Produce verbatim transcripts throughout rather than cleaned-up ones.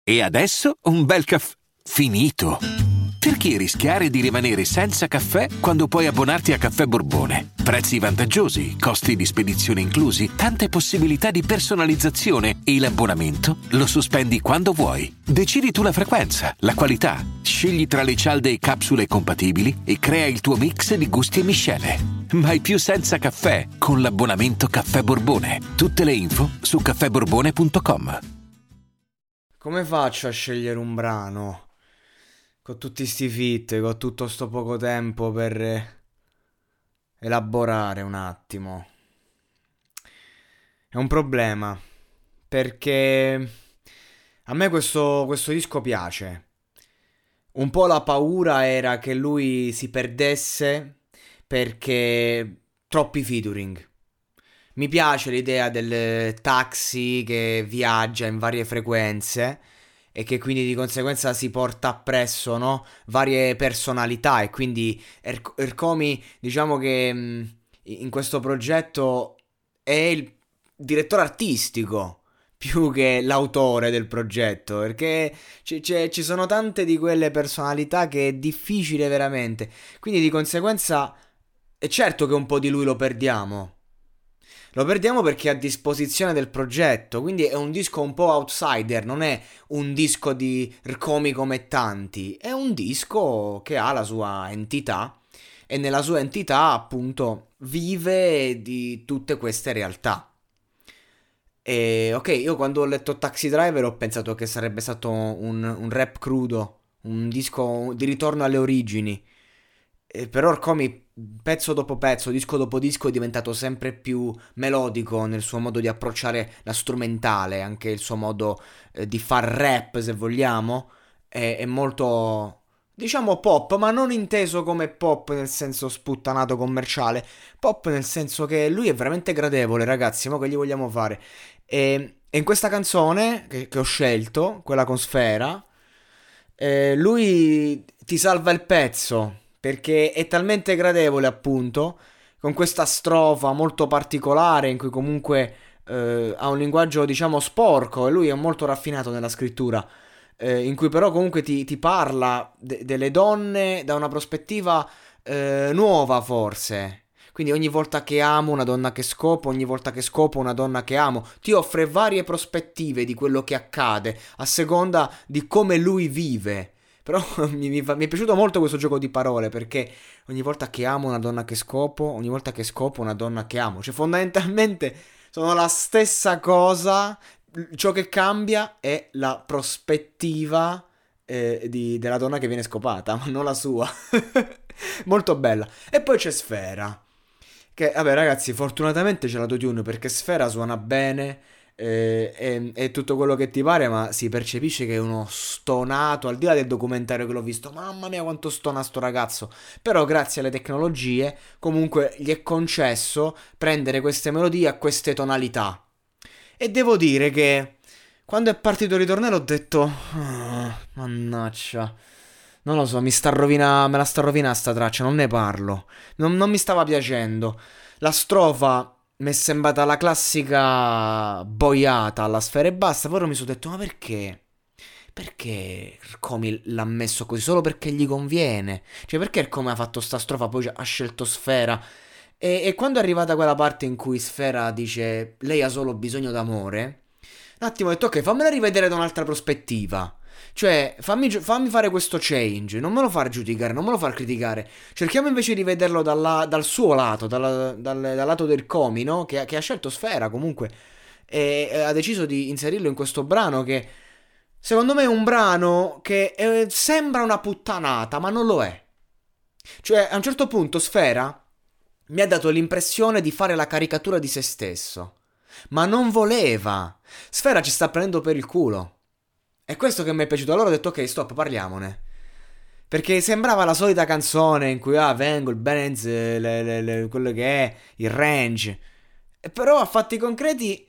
E adesso un bel caffè finito. Perché rischiare di rimanere senza caffè quando puoi abbonarti a Caffè Borbone? Prezzi vantaggiosi, costi di spedizione inclusi, tante possibilità di personalizzazione e l'abbonamento lo sospendi quando vuoi. Decidi tu la frequenza, la qualità, scegli tra le cialde e capsule compatibili e crea il tuo mix di gusti e miscele. Mai più senza caffè con l'abbonamento Caffè Borbone. Tutte le info su caffè borbone punto com. Come faccio a scegliere un brano? Con tutti sti feat, con tutto sto poco tempo per eh, elaborare un attimo. È un problema, perché a me questo, questo disco piace. Un po' la paura era che lui si perdesse perché troppi featuring. Mi piace l'idea del taxi che viaggia in varie frequenze e che quindi di conseguenza si porta appresso, no? Varie personalità, e quindi Er- Ercomi, diciamo che mh, in questo progetto è il direttore artistico più che l'autore del progetto, perché c- c'è- ci sono tante di quelle personalità che è difficile veramente. Quindi di conseguenza è certo che un po' di lui lo perdiamo. Lo perdiamo perché è a disposizione del progetto, quindi è un disco un po' outsider, non è un disco di Rcomi come tanti, è un disco che ha la sua entità e nella sua entità appunto vive di tutte queste realtà. E ok, io quando ho letto Taxi Driver ho pensato che sarebbe stato un, un rap crudo, un disco di ritorno alle origini. Eh, però Orcomi, pezzo dopo pezzo, disco dopo disco, è diventato sempre più melodico nel suo modo di approcciare la strumentale, anche il suo modo eh, di far rap, se vogliamo, è, è molto, diciamo, pop, ma non inteso come pop nel senso sputtanato commerciale, pop nel senso che lui è veramente gradevole, ragazzi, ma che gli vogliamo fare? E, e in questa canzone che, che ho scelto, quella con Sfera, eh, lui ti salva il pezzo perché è talmente gradevole, appunto, con questa strofa molto particolare in cui comunque eh, ha un linguaggio, diciamo, sporco, e lui è molto raffinato nella scrittura, eh, in cui però comunque ti, ti parla de- delle donne da una prospettiva eh, nuova, forse. Quindi ogni volta che amo una donna che scopo, ogni volta che scopo una donna che amo, ti offre varie prospettive di quello che accade, a seconda di come lui vive. Però mi, mi fa- mi è piaciuto molto questo gioco di parole, perché ogni volta che amo una donna che scopo, ogni volta che scopo una donna che amo. Cioè fondamentalmente sono la stessa cosa, ciò che cambia è la prospettiva eh, di- della donna che viene scopata, ma non la sua. Molto bella. E poi c'è Sfera. Che, vabbè, ragazzi, fortunatamente c'è l'autotune perché Sfera suona bene eh, e, e tutto quello che ti pare, ma si percepisce che è uno stonato. Al di là del documentario che l'ho visto, mamma mia, quanto stona sto ragazzo. Però, grazie alle tecnologie, comunque gli è concesso prendere queste melodie a queste tonalità. E devo dire che quando è partito il ritornello ho detto, "Ah, mannaggia. Non lo so, mi sta rovina, me la sta rovinando sta traccia, non ne parlo. Non, non mi stava piacendo. La strofa mi è sembrata la classica boiata alla Sfera e basta. Poi mi sono detto, ma perché? Perché Comi l'ha messo così? Solo perché gli conviene. Cioè, perché come ha fatto sta strofa, poi ha scelto Sfera? E, e quando è arrivata quella parte in cui Sfera dice, lei ha solo bisogno d'amore, un attimo ho detto, ok, fammela rivedere da un'altra prospettiva. Cioè, fammi, gio- fammi fare questo change, non me lo far giudicare, non me lo far criticare. Cerchiamo invece di vederlo dalla- dal suo lato, dalla- dal, dal lato del Comi, no? Che, che ha scelto Sfera comunque e, e ha deciso di inserirlo in questo brano che, secondo me, è un brano che eh, sembra una puttanata, ma non lo è. Cioè, a un certo punto Sfera mi ha dato l'impressione di fare la caricatura di se stesso. Ma non voleva. Sfera ci sta prendendo per il culo. È questo che mi è piaciuto. Allora ho detto ok, stop, parliamone. Perché sembrava la solita canzone in cui ah, vengo, il Benz, le- le- le- quello che è, il range. E però a fatti concreti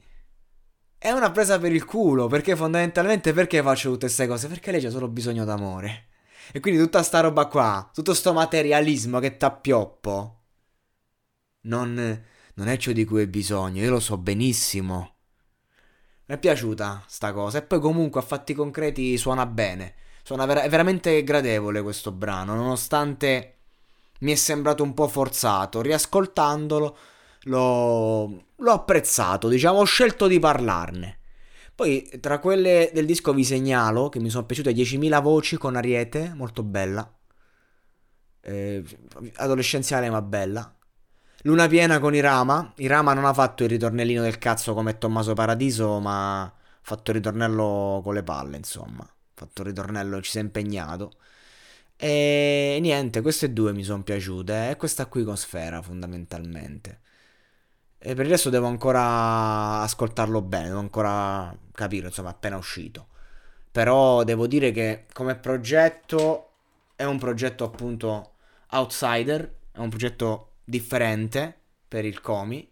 è una presa per il culo. Perché fondamentalmente perché faccio tutte queste cose? Perché lei c'ha solo bisogno d'amore. E quindi tutta sta roba qua, tutto sto materialismo che t'appioppo, non, non è ciò di cui hai bisogno, io lo so benissimo. Mi è piaciuta sta cosa. E poi comunque a fatti concreti suona bene. Suona vera- è veramente gradevole questo brano, nonostante mi è sembrato un po' forzato. Riascoltandolo l'ho, l'ho apprezzato, diciamo, ho scelto di parlarne. Poi tra quelle del disco vi segnalo che mi sono piaciute diecimila voci con Ariete, molto bella. Eh, adolescenziale ma bella. Luna piena con Irama. Irama non ha fatto il ritornellino del cazzo come Tommaso Paradiso, ma ha fatto il ritornello con le palle, insomma. Ha fatto il ritornello, ci si è impegnato. E niente, queste due mi sono piaciute. E questa qui con Sfera, fondamentalmente. E per il resto devo ancora ascoltarlo bene, devo ancora capire, insomma, appena uscito. Però devo dire che come progetto è un progetto appunto outsider, è un progetto differente per il Comi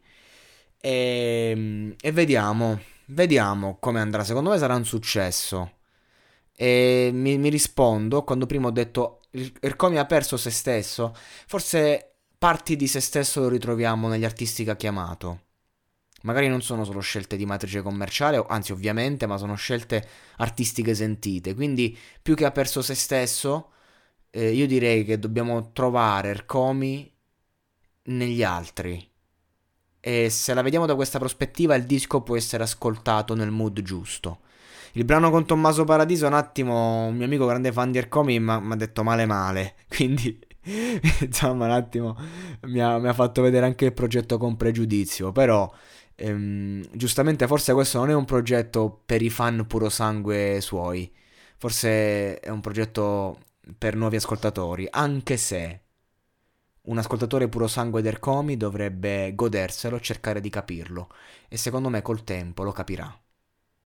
e, e vediamo, vediamo come andrà. Secondo me sarà un successo. E mi, mi rispondo quando prima ho detto il, il Comi ha perso se stesso. Forse parti di se stesso lo ritroviamo negli artisti che ha chiamato. Magari non sono solo scelte di matrice commerciale, o- anzi ovviamente, ma sono scelte artistiche sentite. Quindi più che ha perso se stesso, eh, io direi che dobbiamo trovare Ercomi negli altri. E se la vediamo da questa prospettiva, il disco può essere ascoltato nel mood giusto. Il brano con Tommaso Paradiso, un attimo, un mio amico grande fan di Ercomi mi ha detto male male, quindi insomma un attimo mi ha, mi ha fatto vedere anche il progetto con pregiudizio, però ehm, giustamente forse questo non è un progetto per i fan puro sangue suoi, forse è un progetto per nuovi ascoltatori, anche se un ascoltatore puro sangue del Comi dovrebbe goderselo, cercare di capirlo e secondo me col tempo lo capirà.